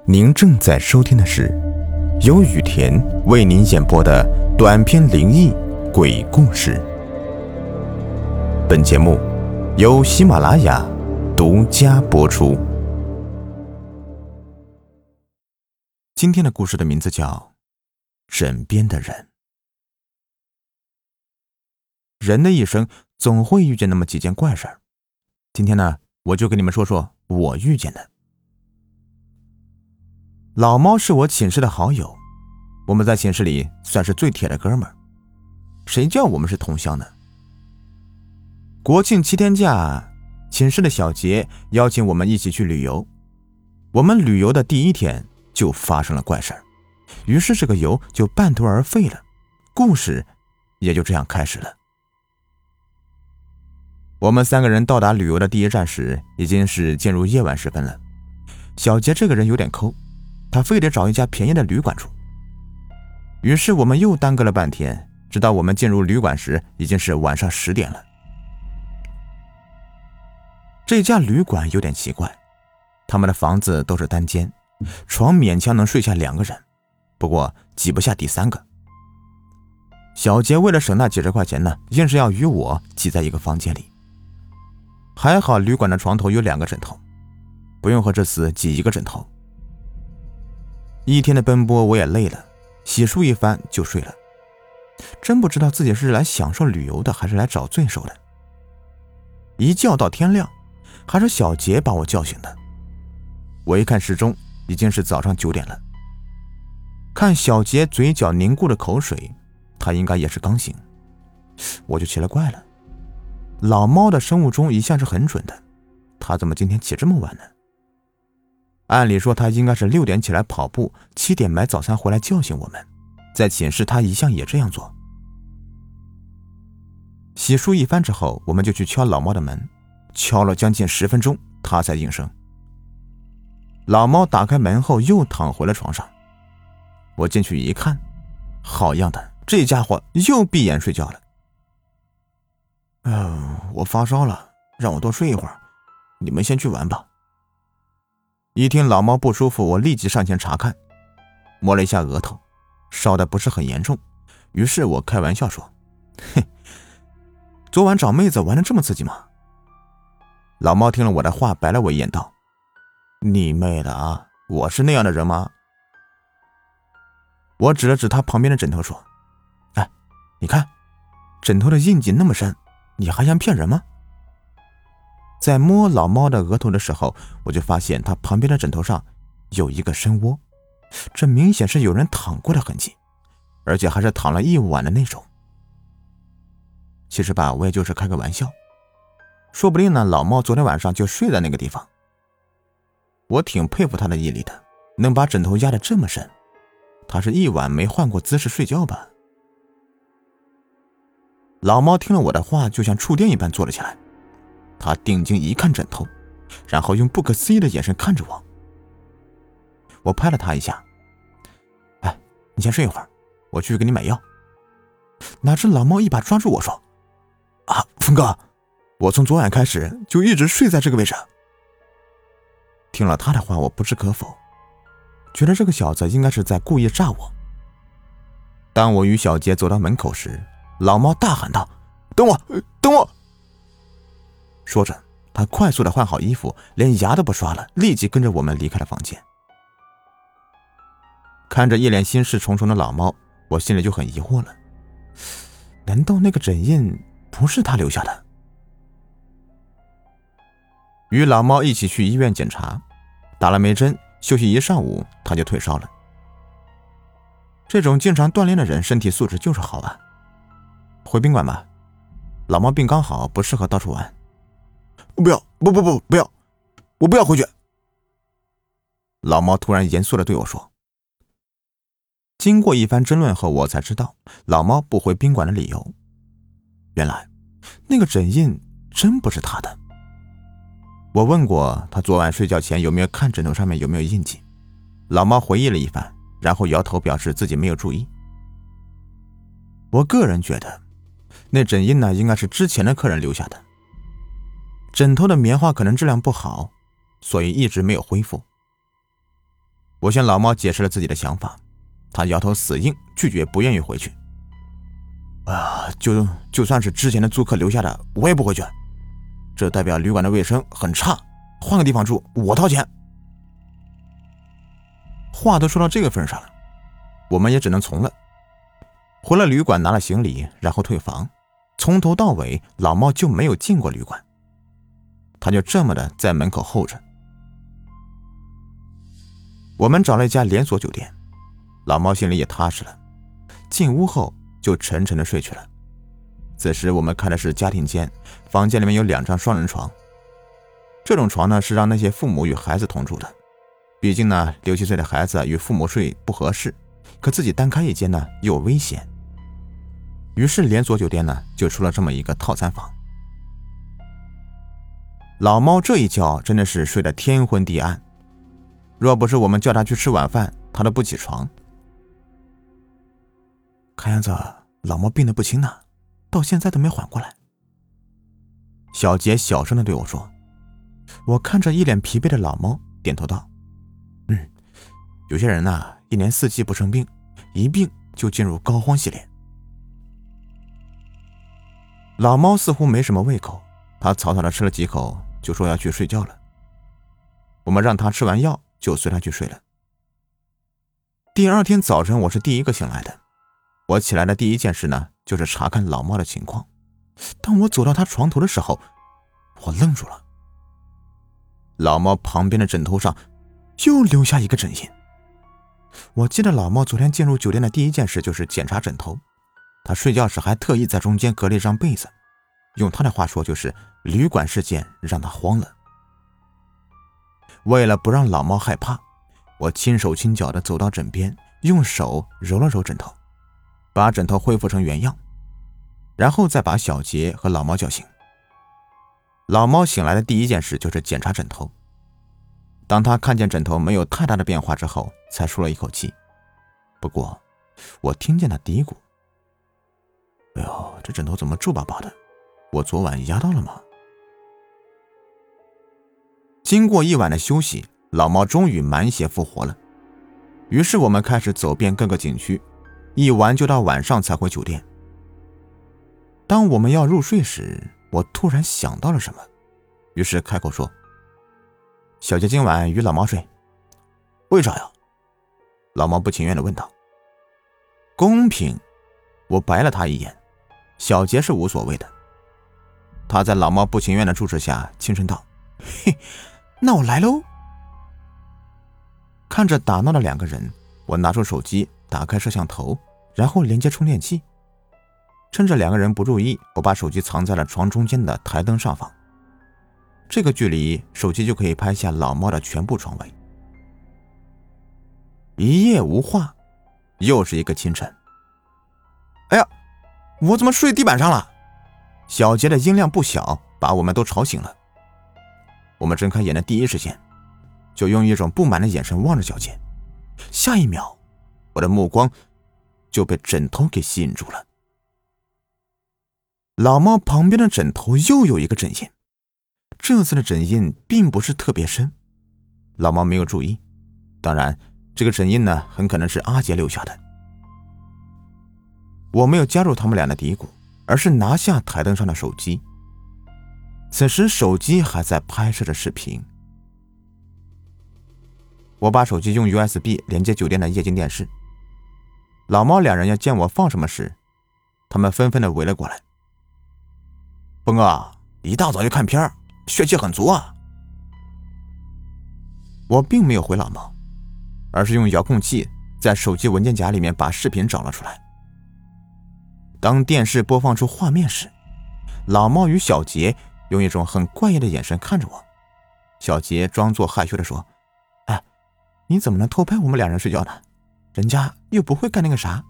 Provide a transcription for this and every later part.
您正在收听的是由雨田为您演播的短篇灵异鬼故事。本节目由喜马拉雅独家播出。今天的故事的名字叫枕边的人。人的一生总会遇见那么几件怪事儿，今天呢，我就跟你们说说我遇见的。老猫是我寝室的好友，我们在寝室里算是最铁的哥们儿，谁叫我们是同乡呢？国庆7天假，寝室的小杰邀请我们一起去旅游。我们旅游的第一天就发生了怪事儿，于是这个游就半途而废了，故事也就这样开始了。我们3个人到达旅游的第一站时，已经是进入夜晚时分了。小杰这个人有点抠，他非得找一家便宜的旅馆住。于是我们又耽搁了半天，直到我们进入旅馆时，已经是晚上10点了。这家旅馆有点奇怪，他们的房子都是单间，床勉强能睡下2个人，不过挤不下第3个。小杰为了省那几十块钱呢，硬是要与我挤在一个房间里。还好旅馆的床头有2个枕头，不用和这厮挤一个枕头。一天的奔波我也累了，洗漱一番就睡了。真不知道自己是来享受旅游的，还是来找罪受的。一觉到天亮，还是小杰把我叫醒的。我一看时钟，已经是早上9点了。看小杰嘴角凝固的口水，他应该也是刚醒。我就奇了怪了，老猫的生物钟一向是很准的，他怎么今天起这么晚呢？按理说他应该是6点起来跑步，7点买早餐回来叫醒我们。在寝室他一向也这样做。洗漱一番之后，我们就去敲老猫的门，敲了将近10分钟，他才应声。老猫打开门后又躺回了床上。我进去一看，好样的，这家伙又闭眼睡觉了。我发烧了，让我多睡一会儿，你们先去玩吧。一听老猫不舒服，我立即上前查看，摸了一下额头，烧得不是很严重。于是我开玩笑说：嘿，昨晚找妹子玩得这么刺激吗？老猫听了我的话，白了我一眼道：你妹的啊，我是那样的人吗？我指了指他旁边的枕头说：哎，你看，枕头的印记那么深，你还想骗人吗？在摸老猫的额头的时候，我就发现他旁边的枕头上有一个深窝，这明显是有人躺过的痕迹，而且还是躺了一晚的那种。其实吧，我也就是开个玩笑，说不定呢，老猫昨天晚上就睡在那个地方。我挺佩服他的毅力的，能把枕头压得这么深，他是一晚没换过姿势睡觉吧。老猫听了我的话，就像触电一般坐了起来。他定睛一看枕头，然后用不可思议的眼神看着我。我拍了他一下：哎，你先睡一会儿，我去给你买药。哪知老猫一把抓住我说：啊，峰哥，我从昨晚开始就一直睡在这个位置。听了他的话，我不置可否，觉得这个小子应该是在故意诈我。当我与小杰走到门口时，老猫大喊道：等我，等我！说着，他快速地换好衣服，连牙都不刷了，立即跟着我们离开了房间。看着一脸心事重重的老猫，我心里就很疑惑了，难道那个枕印不是他留下的？与老猫一起去医院检查，打了枚针，休息1上午，他就退烧了。这种经常锻炼的人，身体素质就是好啊。回宾馆吧，老猫病刚好，不适合到处玩。不要，不要，我不要回去。老猫突然严肃地对我说。经过一番争论后，我才知道老猫不回宾馆的理由。原来那个枕印真不是他的。我问过他昨晚睡觉前有没有看枕头上面有没有印记，老猫回忆了一番，然后摇头表示自己没有注意。我个人觉得那枕印呢，应该是之前的客人留下的。枕头的棉花可能质量不好，所以一直没有恢复。 我向老猫解释了自己的想法，他摇头死硬，拒绝不愿意回去。就算是之前的租客留下的，我也不回去，这代表旅馆的卫生很差，换个地方住我掏钱。话都说到这个份上了，我们也只能从了。回了旅馆拿了行李，然后退房，从头到尾老猫就没有进过旅馆，他就这么的在门口候着。我们找了一家连锁酒店，老猫心里也踏实了，进屋后就沉沉的睡去了。此时我们开的是家庭间，房间里面有2张双人床，这种床呢是让那些父母与孩子同住的，毕竟呢6、7岁的孩子与父母睡不合适，可自己单开一间呢又危险。于是连锁酒店呢就出了这么一个套餐房。老猫这一觉真的是睡得天昏地暗，若不是我们叫他去吃晚饭，他都不起床。看样子老猫病得不轻呢，到现在都没缓过来。小杰小声地对我说。我看着一脸疲惫的老猫，点头道：有些人呢，1年4季不生病，一病就进入膏肓系列。老猫似乎没什么胃口，他草草地吃了几口，就说要去睡觉了。我们让他吃完药，就随他去睡了。第2天早晨，我是第一个醒来的。我起来的第一件事呢，就是查看老猫的情况。当我走到他床头的时候，我愣住了。老猫旁边的枕头上又留下一个枕印。我记得老猫昨天进入酒店的第一件事就是检查枕头，他睡觉时还特意在中间隔了一张被子，用他的话说就是旅馆事件让他慌了。为了不让老猫害怕，我轻手轻脚地走到枕边，用手揉了揉枕头，把枕头恢复成原样，然后再把小杰和老猫叫醒。老猫醒来的第一件事就是检查枕头，当他看见枕头没有太大的变化之后，才舒了一口气。不过我听见他嘀咕：哎呦，这枕头怎么皱巴巴的，我昨晚压到了吗？经过一晚的休息，老猫终于满血复活了。于是我们开始走遍各个景区，一玩就到晚上才回酒店。当我们要入睡时，我突然想到了什么，于是开口说：小杰今晚与老猫睡。为啥呀？老猫不情愿地问道。公平，我白了他一眼。小杰是无所谓的。他在老猫不情愿的注视下轻声道：嘿，那我来喽。看着打闹的2个人，我拿出手机，打开摄像头，然后连接充电器。趁着2个人不注意，我把手机藏在了床中间的台灯上方，这个距离手机就可以拍下老猫的全部床位。一夜无话，又是一个清晨。哎呀，我怎么睡地板上了？小杰的音量不小，把我们都吵醒了。我们睁开眼的第一时间，就用一种不满的眼神望着小杰，下一秒我的目光就被枕头给吸引住了。老猫旁边的枕头又有一个枕印，这次的枕印并不是特别深，老猫没有注意，当然这个枕印呢很可能是阿杰留下的。我没有加入他们俩的嘀咕，而是拿下台灯上的手机。此时手机还在拍摄着视频。我把手机用 USB 连接酒店的液晶电视。老猫2人要见我放什么时，他们纷纷的围了过来。峰哥，一大早就看片，血气很足啊。我并没有回老猫，而是用遥控器在手机文件夹里面把视频找了出来。当电视播放出画面时，老猫与小杰用一种很怪异的眼神看着我。小杰装作害羞地说：哎，你怎么能偷拍我们2人睡觉呢？人家又不会干那个啥。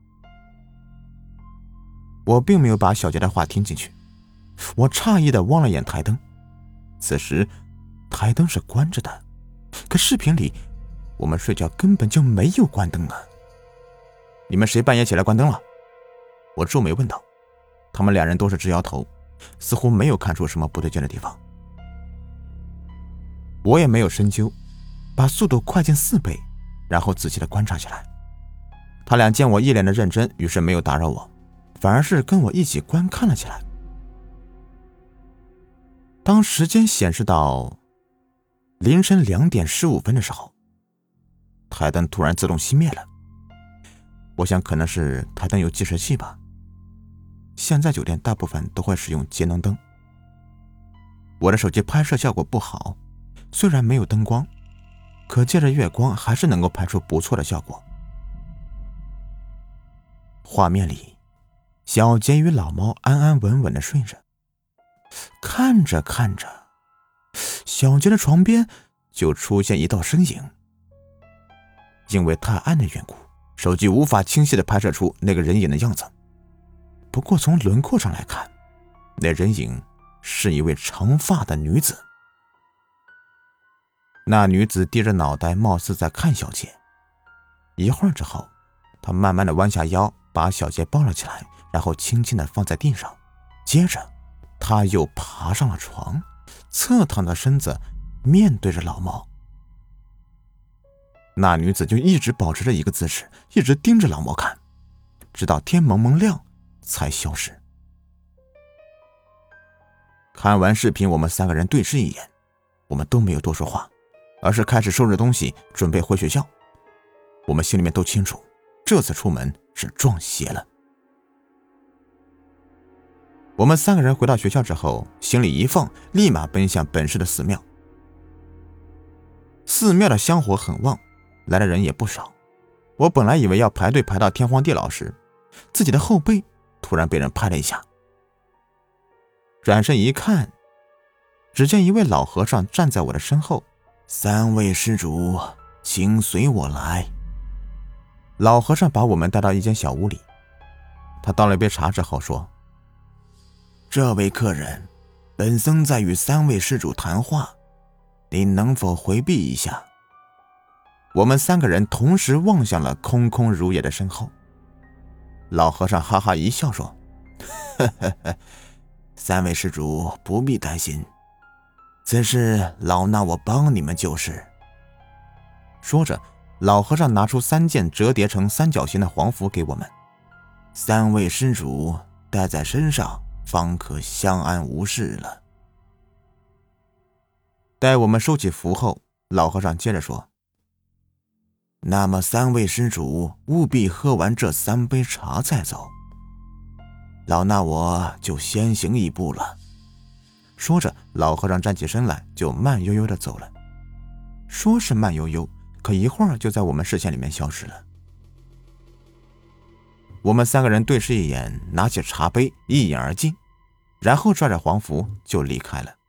我并没有把小杰的话听进去，我诧异地望了眼台灯，此时台灯是关着的，可视频里我们睡觉根本就没有关灯啊。你们谁半夜起来关灯了？我皱眉问道。他们2人都是直摇头，似乎没有看出什么不对劲的地方。我也没有深究，把速度快进4倍， 然后仔细的观察起来。他俩见我一脸的认真，于是没有打扰我，反而是跟我一起观看了起来。当时间显示到凌晨2点15分的时候，台灯突然自动熄灭了。我想可能是台灯有计时器吧，现在酒店大部分都会使用节能灯。我的手机拍摄效果不好，虽然没有灯光，可借着月光还是能够拍出不错的效果。画面里，小杰与老猫安安稳稳地睡着，看着看着，小杰的床边就出现一道身影。因为太暗的缘故，手机无法清晰地拍摄出那个人影的样子。不过从轮廓上来看，那人影是一位长发的女子。那女子低着脑袋，貌似在看小杰。一会儿之后，她慢慢地弯下腰，把小杰抱了起来，然后轻轻地放在地上。接着，她又爬上了床，侧躺的身子面对着老猫。那女子就一直保持着一个姿势，一直盯着老猫看，直到天蒙蒙亮才消失。看完视频，我们3个人对视一眼，我们都没有多说话，而是开始收拾东西准备回学校。我们心里面都清楚，这次出门是撞邪了。我们3个人回到学校之后，行李一放，立马奔向本市的寺庙。寺庙的香火很旺，来的人也不少。我本来以为要排队排到天荒地老时，自己的后背突然被人拍了一下。转身一看，只见一位老和尚站在我的身后。3位施主，请随我来。老和尚把我们带到一间小屋里，他倒了一杯茶之后说：这位客人，本僧在与3位施主谈话，您能否回避一下？我们3个人同时望向了空空如也的身后。老和尚哈哈一笑说：呵呵呵，3位施主不必担心，此事老衲我帮你们就是。说着，老和尚拿出3件折叠成三角形的黄符给我们，3位施主带在身上，方可相安无事了。待我们收起符后，老和尚接着说：那么3位施主务必喝完这3杯茶再走，老衲我就先行一步了。说着，老和尚站起身来，就慢悠悠地走了。说是慢悠悠，可一会儿就在我们视线里面消失了。我们3个人对视一眼，拿起茶杯一饮而尽，然后拽着黄符就离开了。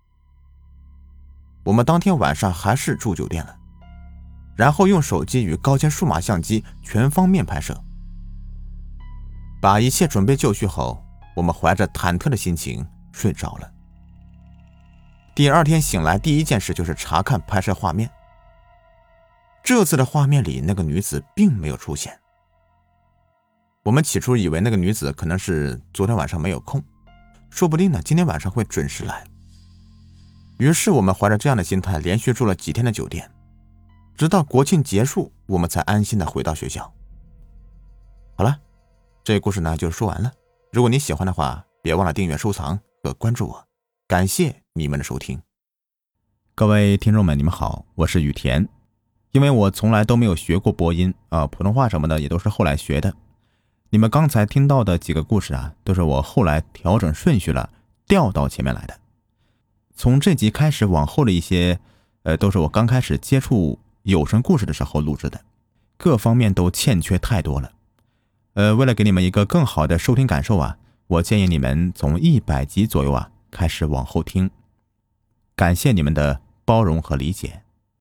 我们当天晚上还是住酒店了，然后用手机与高清数码相机全方面拍摄。把一切准备就绪后，我们怀着忐忑的心情睡着了。第2天醒来，第一件事就是查看拍摄画面。这次的画面里，那个女子并没有出现。我们起初以为那个女子可能是昨天晚上没有空，说不定呢今天晚上会准时来。于是我们怀着这样的心态连续住了几天的酒店，直到国庆结束，我们才安心的回到学校。好了，这个故事呢就说完了。如果你喜欢的话，别忘了订阅、收藏和关注我。感谢你们的收听。各位听众们，你们好，我是雨田。因为我从来都没有学过播音普通话什么的也都是后来学的。你们刚才听到的几个故事都是我后来调整顺序了，调到前面来的。从这集开始往后的一些都是我刚开始接触有声故事的时候录制的，各方面都欠缺太多了。为了给你们一个更好的收听感受我建议你们从100集左右开始往后听。感谢你们的包容和理解。